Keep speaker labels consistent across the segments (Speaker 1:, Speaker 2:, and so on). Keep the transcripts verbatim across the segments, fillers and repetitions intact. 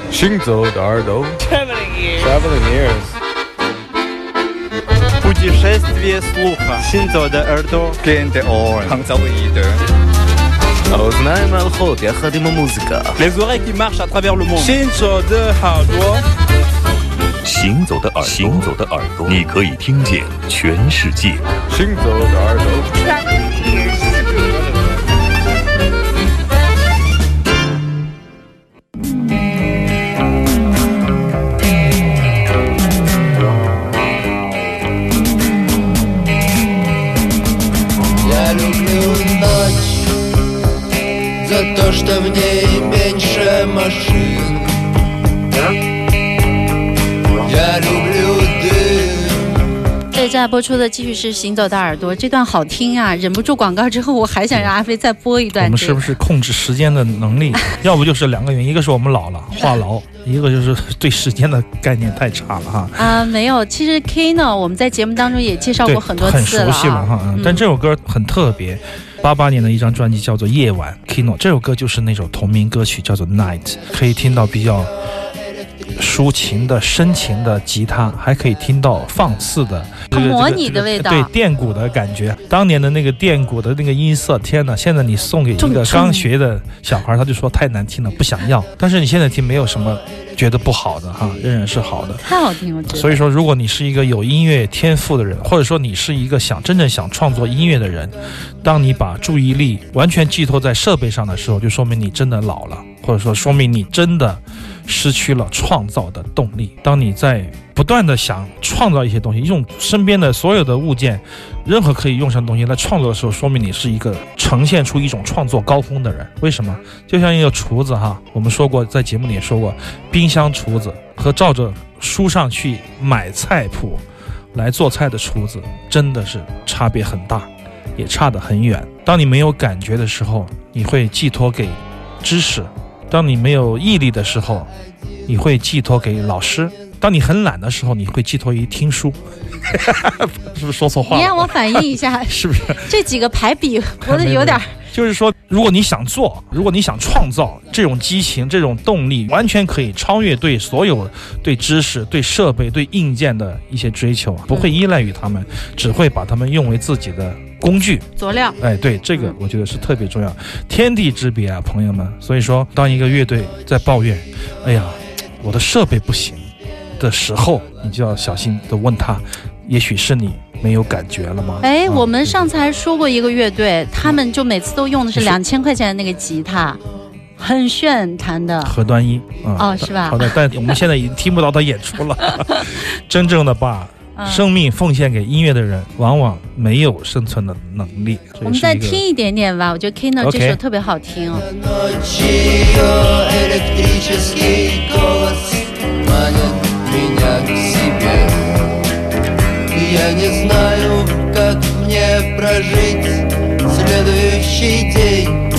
Speaker 1: 行走的耳朵
Speaker 2: Traveling ears
Speaker 1: Traveling ears
Speaker 3: Путешествие слуха. Синзо де Эрдо.
Speaker 1: Клиенты Орен
Speaker 4: האוזניים מהלכות יחד עם המוזיקה.
Speaker 3: Les oreilles qui marchent à travers le monde. Синзо де Эрдо.
Speaker 5: 行走的耳朵，行走的耳朵，你可以听见全世界。
Speaker 1: 行走的耳朵
Speaker 6: Я люблю ночь за то, что в ней меньше машин. Я люблю дым.
Speaker 7: 这在播出的继续是行走的耳朵，这段好听啊，忍不住广告之后我还想让阿飞再播一段。
Speaker 8: 我们是不是控制时间的能力要不就是两个原因，一个是我们老了话痨，一个就是对时间的概念太差了哈。
Speaker 7: 啊、呃，没有，其实 Kino 我们在节目当中也介绍过很多次了，
Speaker 8: 很熟悉了哈、嗯。但这首歌很特别，八八年的一张专辑叫做《夜晚》 ，Kino 这首歌就是那首同名歌曲叫做《Night》，可以听到比较抒情的深情的吉他，还可以听到放肆的、
Speaker 7: 这个、模拟的味道，
Speaker 8: 对电鼓的感觉。当年的那个电鼓的那个音色，天哪！现在你送给一个刚学的小孩，他就说太难听了，不想要。但是你现在听没有什么觉得不好的哈，仍然是好的，
Speaker 7: 太好听了。
Speaker 8: 所以说，如果你是一个有音乐天赋的人，或者说你是一个想真正想创作音乐的人，当你把注意力完全寄托在设备上的时候，就说明你真的老了，或者说说明你真的失去了创造的动力。当你在不断的想创造一些东西，用身边的所有的物件，任何可以用上的东西来创作的时候，说明你是一个呈现出一种创作高峰的人。为什么？就像一个厨子哈，我们说过，在节目里也说过，冰箱厨子和照着书上去买菜谱来做菜的厨子，真的是差别很大，也差得很远。当你没有感觉的时候，你会寄托给知识；当你没有毅力的时候，你会寄托给老师；当你很懒的时候，你会寄托于听书。是不是说错话了？
Speaker 7: 你让我反应一下，
Speaker 8: 是不是？
Speaker 7: 这几个排比，我的有点。
Speaker 8: 就是说，如果你想做，如果你想创造，这种激情、这种动力，完全可以超越对所有对知识、对设备、对硬件的一些追求，不会依赖于他们，只会把他们用为自己的工具、
Speaker 7: 佐料。
Speaker 8: 哎，对，这个我觉得是特别重要，天地之别啊，朋友们。所以说，当一个乐队在抱怨，哎呀，我的设备不行的时候，你就要小心的问他，也许是你没有感觉了吗？
Speaker 7: 哎、啊，我们上次还说过一个乐队，他们就每次都用的是两千块钱的那个吉他，很炫弹的。
Speaker 8: 何端一、
Speaker 7: 嗯、哦，是吧？
Speaker 8: 好的，但我们现在已经听不到他演出了。真正的把生命奉献给音乐的人，往往没有生存的能力。
Speaker 7: 我们再听一点点吧，我觉得 Kino 这首特别好听哦。
Speaker 6: Я не знаю, как мне прожить следующий день.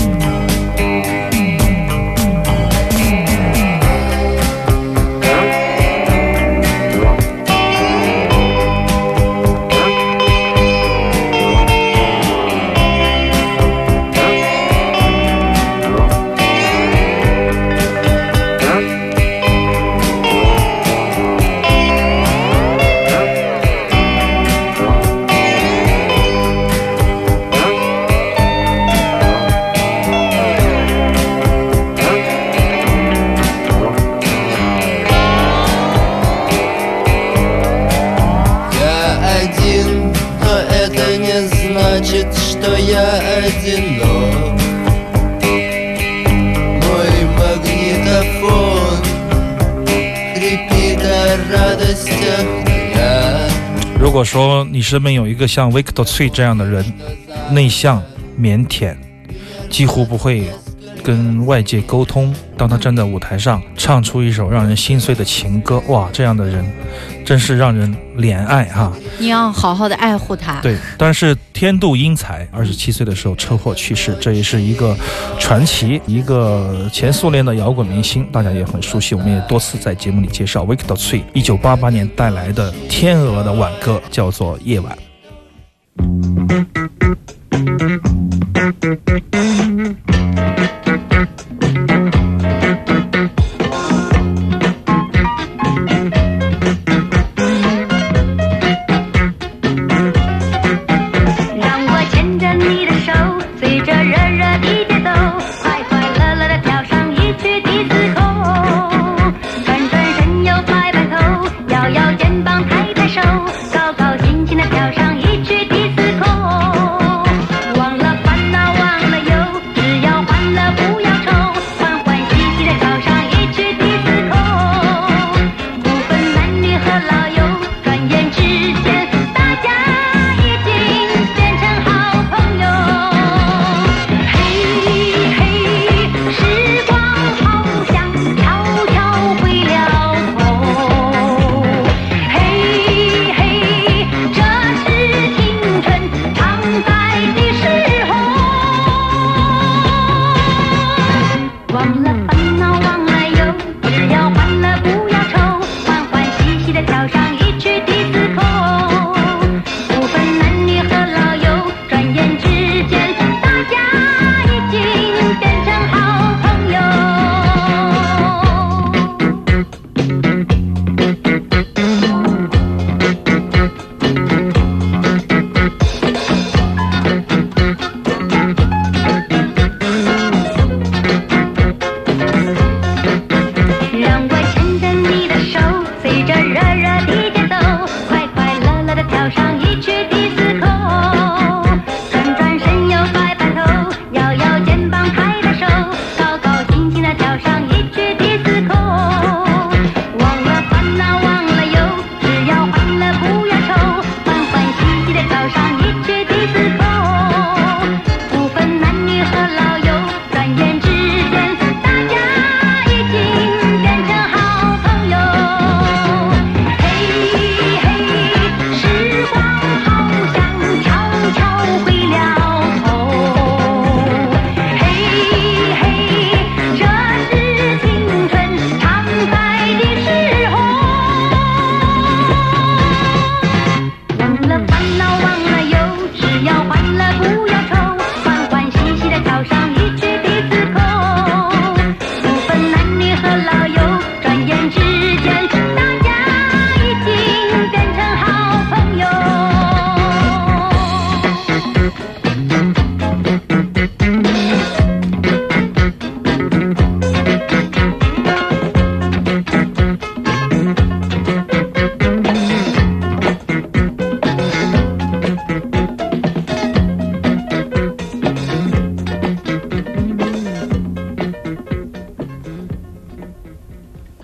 Speaker 6: Что я одинок. Мой магнитофон хрипит о радостях дня.
Speaker 8: 如果说你身边有一个像 Victor Tsui 这样的人，内向、腼腆，几乎不会跟外界沟通，当他站在舞台上唱出一首让人心碎的情歌，哇，这样的人真是让人怜爱哈！
Speaker 7: 你要好好的爱护他。
Speaker 8: 对，但是天妒英才，二十七岁的时候车祸去世，这也是一个传奇，一个前苏联的摇滚明星，大家也很熟悉，我们也多次在节目里介绍 Victor Tsui 一九八八年带来的天鹅的挽歌，叫做《夜晚》。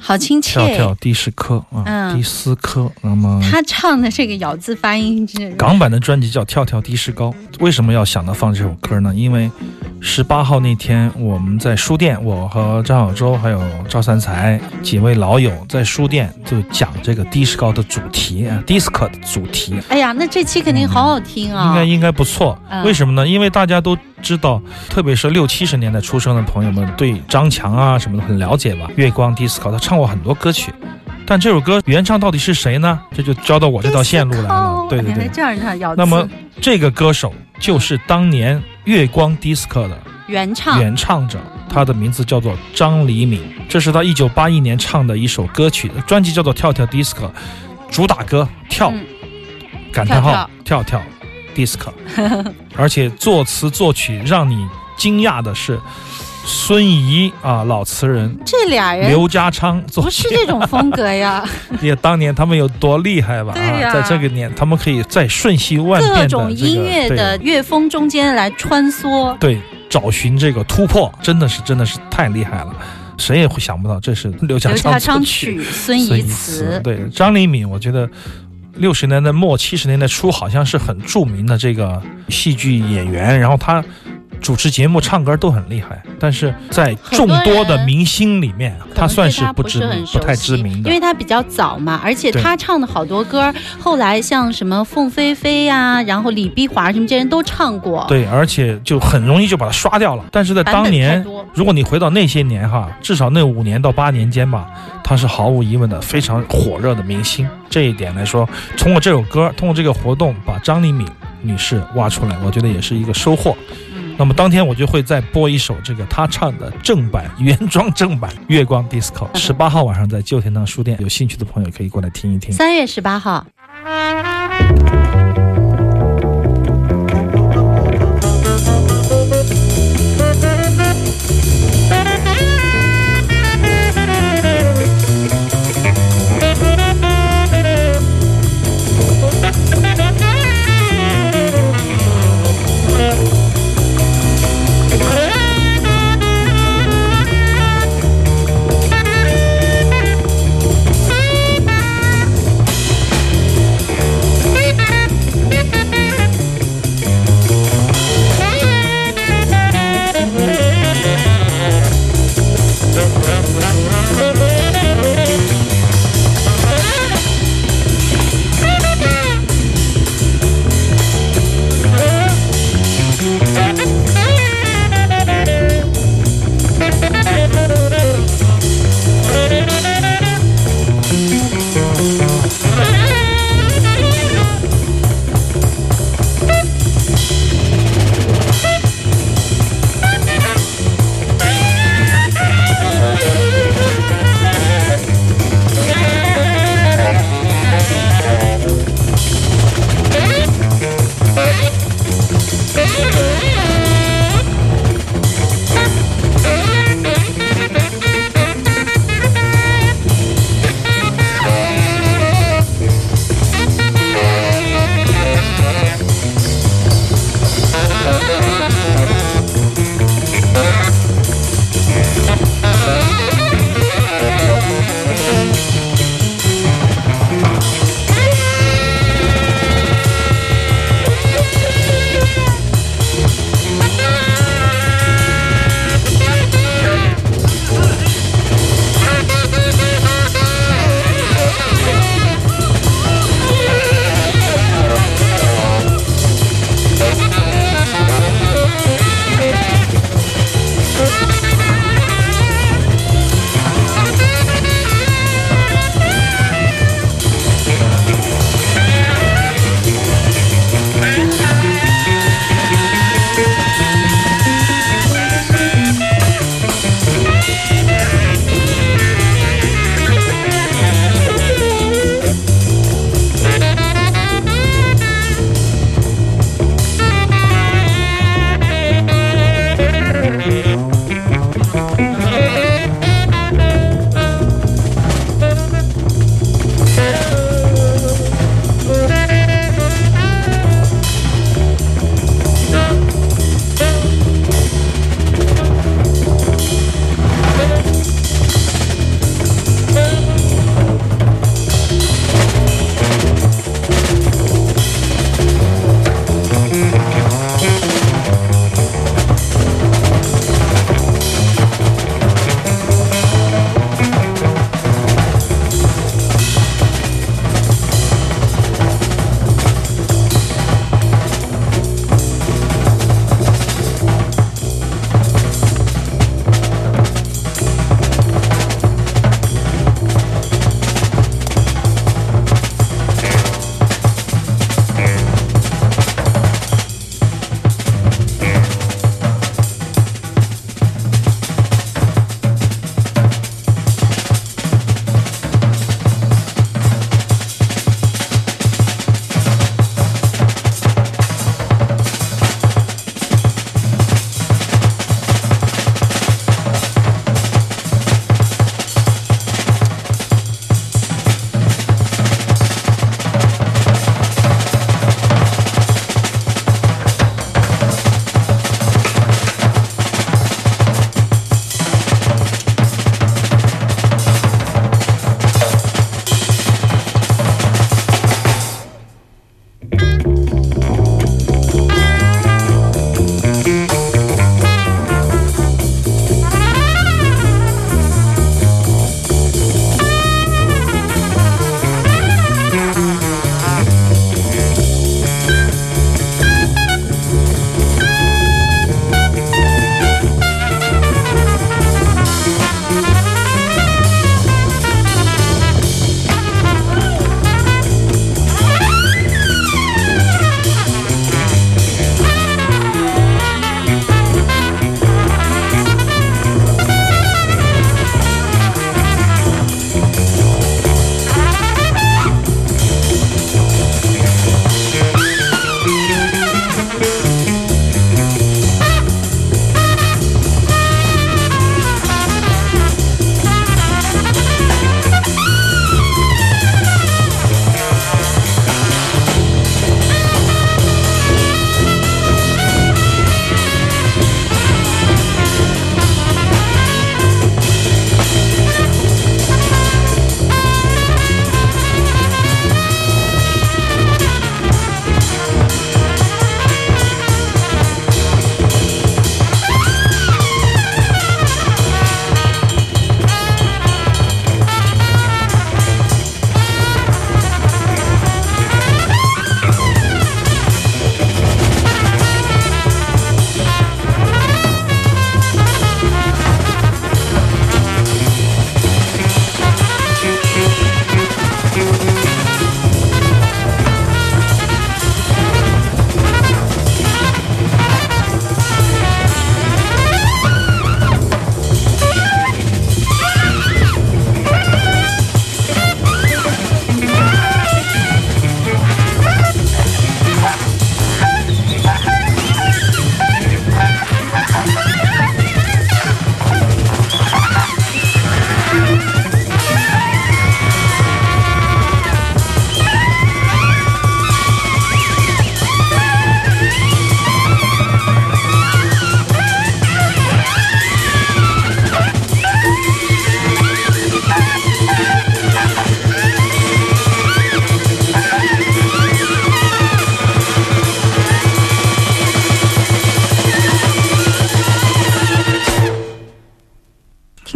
Speaker 7: 好亲切。
Speaker 8: 跳跳的士科啊，
Speaker 7: 嗯
Speaker 8: 的斯科。那么
Speaker 7: 他唱的这个咬字发音是
Speaker 8: 港版的专辑叫《跳跳的士高》。为什么要想到放这首歌呢？因为十八号那天我们在书店，我和张小舟还有赵三才几位老友在书店就讲这个的士高的主题啊 ，disco 的主题。
Speaker 7: 哎呀，那这期肯定好好听啊！
Speaker 8: 应该应该不错。
Speaker 7: 嗯
Speaker 8: 为什么呢？因为大家都知道，特别是六七十年代出生的朋友们对张强啊什么的很了解吧？月光 disco 他唱过很多歌曲。但这首歌原唱到底是谁呢？这就交到我这条线路来了。对对对，
Speaker 7: 这样他咬字。
Speaker 8: 那么这个歌手就是当年月光 disco 的
Speaker 7: 原唱
Speaker 8: 原唱者，他的名字叫做张黎敏。这是他一九八一年唱的一首歌曲，专辑叫做《跳跳 disco》，主打歌跳、
Speaker 7: 嗯、
Speaker 8: 感叹号跳跳 disco， 而且作词作曲让你惊讶的是。孙怡啊，老词人，
Speaker 7: 这俩人
Speaker 8: 刘家昌
Speaker 7: 不是这种风格呀。
Speaker 8: 也当年他们有多厉害吧？
Speaker 7: 对呀、
Speaker 8: 啊，在这个年，他们可以在瞬息万变的、这个、
Speaker 7: 各种音乐的乐风中间来穿梭，
Speaker 8: 对，找寻这个突破，真的是真的是太厉害了。谁也会想不到，这是刘家昌作曲，
Speaker 7: 孙怡词。
Speaker 8: 对，张黎敏，我觉得六十年代末七十年代初好像是很著名的这个戏剧演员，然后他主持节目唱歌都很厉害，但是在众多的明星里面他算是不知名 不, 不太知名的，
Speaker 7: 因为他比较早嘛，而且他唱的好多歌后来像什么凤飞飞呀、啊、然后李碧华什么这些人都唱过，
Speaker 8: 对，而且就很容易就把它刷掉了。但是在当年如果你回到那些年哈，至少那五年到八年间吧，他是毫无疑问的非常火热的明星。这一点来说，通过这首歌，通过这个活动把张黎敏女士挖出来，我觉得也是一个收获。那么当天我就会再播一首这个他唱的正版原装正版月光 disco， 十八号晚上在旧天堂书店，有兴趣的朋友可以过来听一听。
Speaker 7: 三月十八号。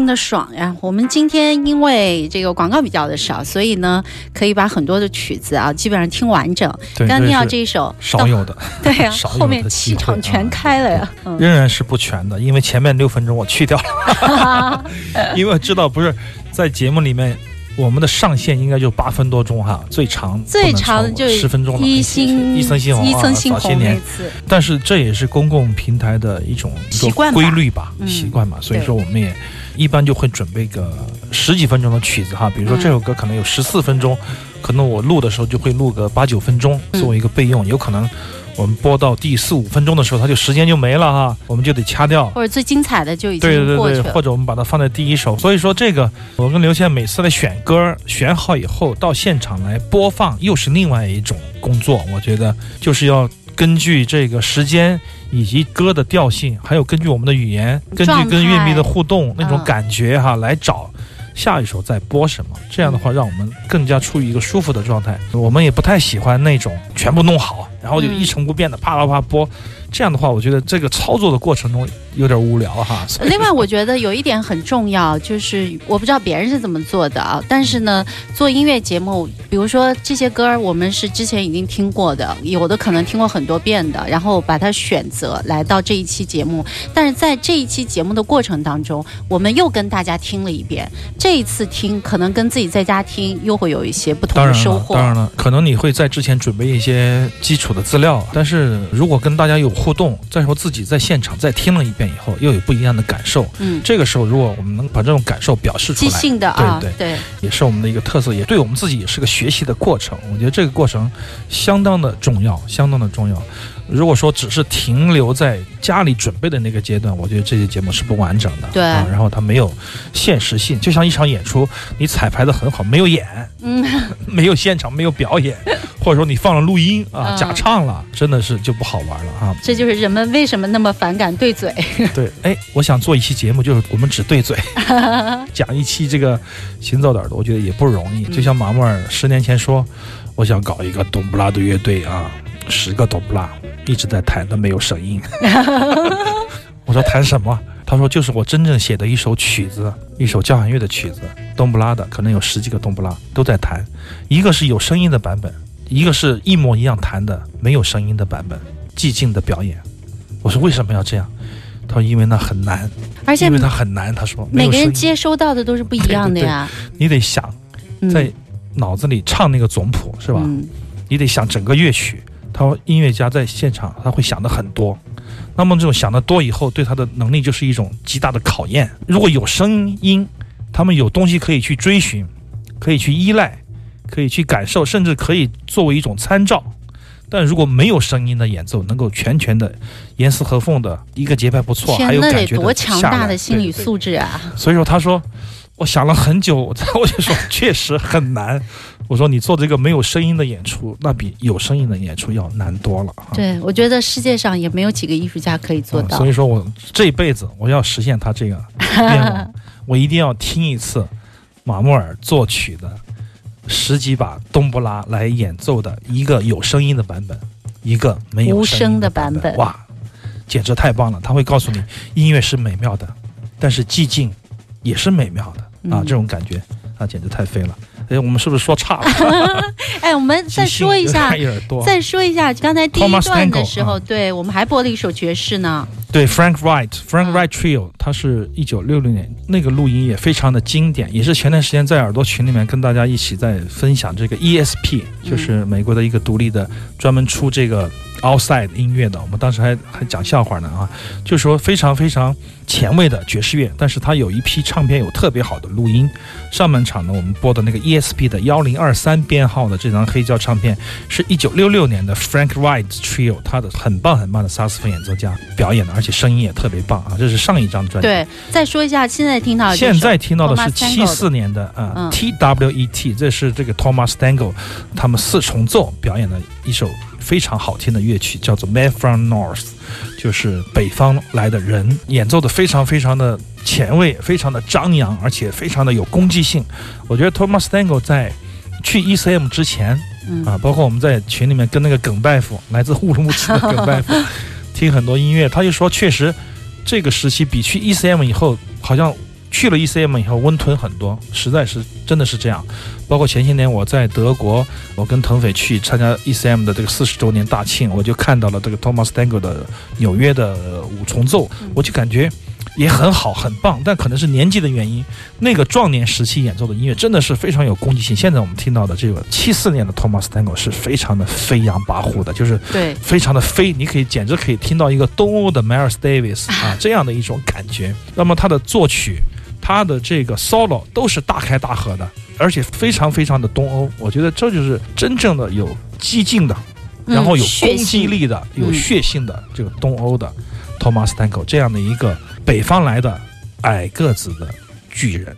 Speaker 7: 的爽呀！我们今天因为这个广告比较的少，所以呢，可以把很多的曲子啊，基本上听完整。刚刚听到这一首，
Speaker 8: 少有的，
Speaker 7: 对呀、啊，后面气场全开了呀、
Speaker 8: 嗯。仍然是不全的，因为前面六分钟我去掉了，因为我知道不是在节目里面。我们的上限应该就八分多钟哈，最长
Speaker 7: 最长的就
Speaker 8: 十分钟了。
Speaker 7: 一星
Speaker 8: 一层猩红，
Speaker 7: 一层猩红
Speaker 8: 那次，但是这也是公共平台的一种
Speaker 7: 习惯
Speaker 8: 规律吧，
Speaker 7: 嗯、
Speaker 8: 习惯嘛。所以说我们也一般就会准备个十几分钟的曲子哈，比如说这首歌可能有十四分钟、嗯，可能我录的时候就会录个八九分钟作为一个备用，嗯、有可能。我们播到第四五分钟的时候，它就时间就没了哈，我们就得掐掉，
Speaker 7: 或者最精彩的就已经过去了。
Speaker 8: 对对对，或者我们把它放在第一首。所以说这个，我跟刘谦每次来选歌，选好以后到现场来播放，又是另外一种工作。我觉得就是要根据这个时间以及歌的调性，还有根据我们的语言，根据跟乐迷的互动那种感觉哈，嗯、来找。下一首再播什么？这样的话，让我们更加处于一个舒服的状态。我们也不太喜欢那种全部弄好，然后就一成不变的啪啪啪播。这样的话，我觉得这个操作的过程中有点无聊哈。
Speaker 7: 另外，我觉得有一点很重要，就是我不知道别人是怎么做的啊，但是呢，做音乐节目，比如说这些歌我们是之前已经听过的，有的可能听过很多遍的，然后把它选择来到这一期节目。但是在这一期节目的过程当中，我们又跟大家听了一遍。这一次听，可能跟自己在家听又会有一些不同的收获。
Speaker 8: 当然了，当然了，可能你会在之前准备一些基础的资料，但是如果跟大家有互动，再说自己在现场再听了一遍以后，又有不一样的感受。嗯，这个时候如果我们能把这种感受表示出来，
Speaker 7: 即兴的啊，
Speaker 8: 对
Speaker 7: 对，
Speaker 8: 也是我们的一个特色，也对我们自己也是个学习的过程。我觉得这个过程相当的重要，相当的重要。如果说只是停留在家里准备的那个阶段，我觉得这些节目是不完整的。
Speaker 7: 对、
Speaker 8: 啊，然后它没有现实性，就像一场演出，你彩排的很好，没有演，嗯，没有现场，没有表演，或者说你放了录音啊，嗯、假唱了，真的是就不好玩了啊。
Speaker 7: 这就是人们为什么那么反感对嘴。
Speaker 8: 对，哎，我想做一期节目，就是我们只对嘴，讲一期这个行走的耳朵，我觉得也不容易。就像马木尔十年前说，我想搞一个董布拉的乐队啊，十个董布拉。一直在弹，但没有声音。我说弹什么？他说就是我真正写的一首曲子，一首交响乐的曲子，冬不拉的，可能有十几个冬不拉都在弹，一个是有声音的版本，一个是一模一样弹的没有声音的版本，寂静的表演。我说为什么要这样？他说因为那很难，
Speaker 7: 而且
Speaker 8: 因为它很难。他说
Speaker 7: 每个人接收到的都是不一样的呀。
Speaker 8: 对对对，你得想在脑子里唱那个总谱，是吧？嗯、你得想整个乐曲。他说音乐家在现场他会想的很多，那么这种想的多以后，对他的能力就是一种极大的考验。如果有声音，他们有东西可以去追寻，可以去依赖，可以去感受，甚至可以作为一种参照。但如果没有声音的演奏，能够全权的严丝合缝的一个节拍不错，还有感觉的，
Speaker 7: 天，那得多强大的心理素质啊！
Speaker 8: 对对对，所以说他说我想了很久，我就说确实很难。我说你做这个没有声音的演出，那比有声音的演出要难多了。
Speaker 7: 对，我觉得世界上也没有几个艺术家可以做到。
Speaker 8: 嗯、所以说我这一辈子我要实现他这个愿望，我一定要听一次马穆尔作曲的十几把冬不拉来演奏的一个有声音的版本，一个没有声音的版本。
Speaker 7: 无声的版本，
Speaker 8: 哇，简直太棒了！他会告诉你，音乐是美妙的，但是寂静也是美妙的啊！嗯、这种感觉啊，简直太飞了。哎，我们是不是说差了？
Speaker 7: 哎，我们再说一下，再说一下，刚才第一段的时候， Thomas Stanko, 对、嗯、我们还播了一首爵士呢。
Speaker 8: 对 ，Frank Wright，Frank Wright Trio， 它是一九六六年那个录音也非常的经典，也是前段时间在耳朵群里面跟大家一起在分享这个 E S P， 就是美国的一个独立的专门出这个 outside 音乐的。我们当时还还讲笑话呢啊，就是说非常非常前卫的爵士乐，但是它有一批唱片有特别好的录音。上半场呢，我们播的那个 E S P 的一零二三编号的这张黑胶唱片，是一九六六年的 Frank Wright Trio， 他的很棒很棒的萨克斯风演奏家表演的，而且声音也特别棒啊！这是上一张专辑。
Speaker 7: 对，再说一下，现在听到的
Speaker 8: 现在听到的是七四年的啊、嗯、T W E T， 这是这个 Thomas Stanko 他们四重奏表演的一首非常好听的乐曲，叫做 Man from North， 就是北方来的人，演奏的非常非常的前卫，非常的张扬，而且非常的有攻击性。我觉得 Thomas Stanko 在去 E C M 之前、嗯、啊，包括我们在群里面跟那个耿大夫，来自乌鲁木齐的耿大夫听很多音乐，他就说确实这个时期比去 E C M 以后好像去了 E C M 以后温吞很多，实在是真的是这样。包括前些年我在德国，我跟腾斐去参加 E C M 的这个四十周年大庆，我就看到了这个 Thomas Stango 的纽约的五重奏，我就感觉也很好很棒，但可能是年纪的原因，那个壮年时期演奏的音乐真的是非常有攻击性。现在我们听到的这个七四年的 Thomas Stango 是非常的飞扬跋扈的，就是
Speaker 7: 对
Speaker 8: 非常的飞，你可以简直可以听到一个东欧的 Miles Davis 啊这样的一种感觉。那么他的作曲，他的这个 solo 都是大开大合的，而且非常非常的东欧。我觉得这就是真正的有激进的，然后有攻击力的、
Speaker 7: 嗯、
Speaker 8: 有血性的这个东欧的 Thomas Stango 这样的一个北方来的矮个子的巨人。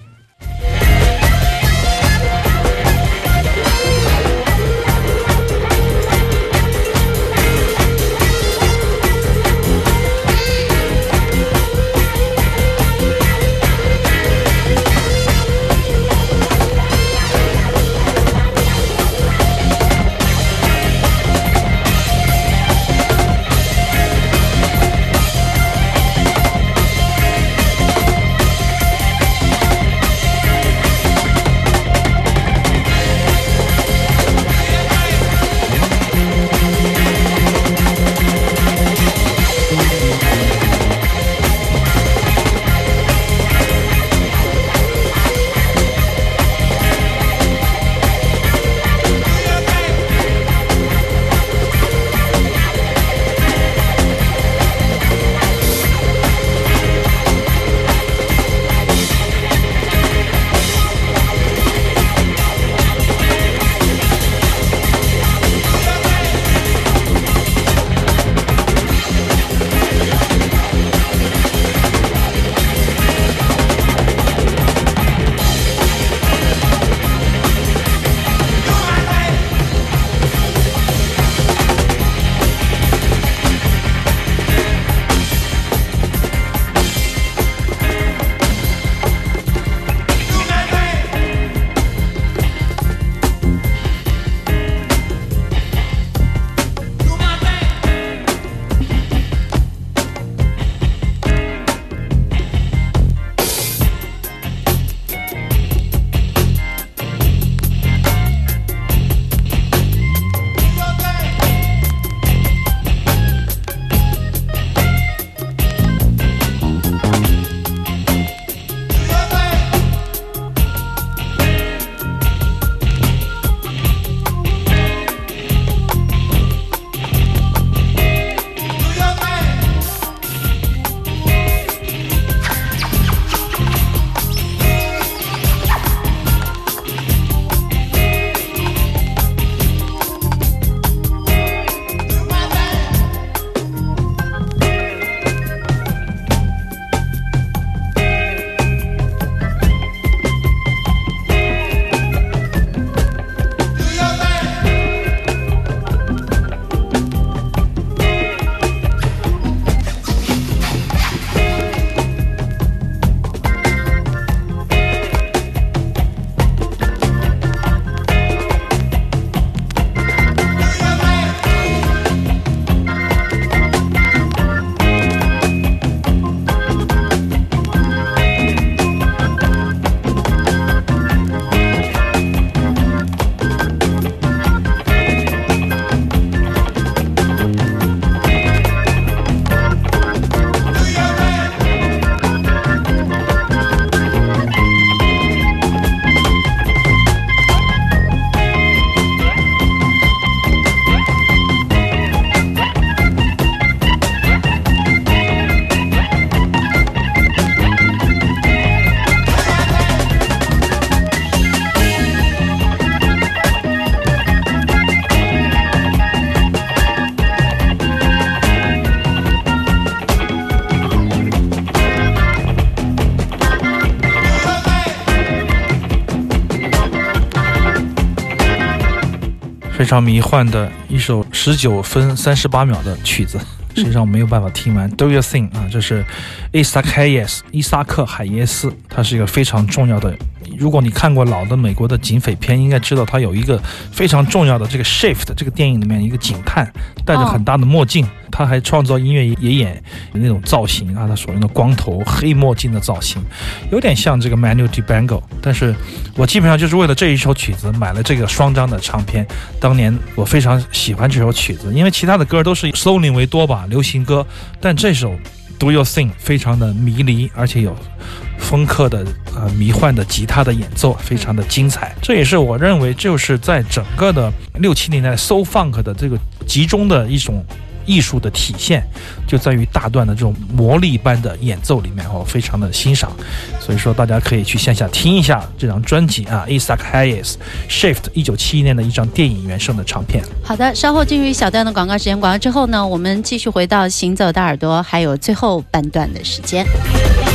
Speaker 8: 非常迷幻的一首十九分三十八秒的曲子，实际上没有办法听完。Do You Think 啊，这是伊萨凯耶斯伊萨克海耶斯，他是一个非常重要的如果你看过老的美国的警匪片，应该知道他有一个非常重要的这个 Shift 这个电影里面一个警探戴着很大的墨镜，他还创造音乐也演那种造型啊，他所用的光头黑墨镜的造型有点像这个 Manu Dibango。 但是我基本上就是为了这一首曲子买了这个双张的唱片。当年我非常喜欢这首曲子，因为其他的歌都是 Soul 为多吧，流行歌，但这首 Do Your Thing 非常的迷离，而且有风格的呃迷幻的吉他的演奏，非常的精彩。这也是我认为就是在整个的六七年代 Soul Funk 的这个集中的一种艺术的体现，就在于大段的这种魔力般的演奏里面，我非常的欣赏。所以说大家可以去线下听一下这张专辑啊 Isaac Hayes Shift 一九七一年的一张电影原声的唱片。
Speaker 7: 好的，稍后进入一小段的广告时间，广告之后呢，我们继续回到行走的耳朵，还有最后半段的时间。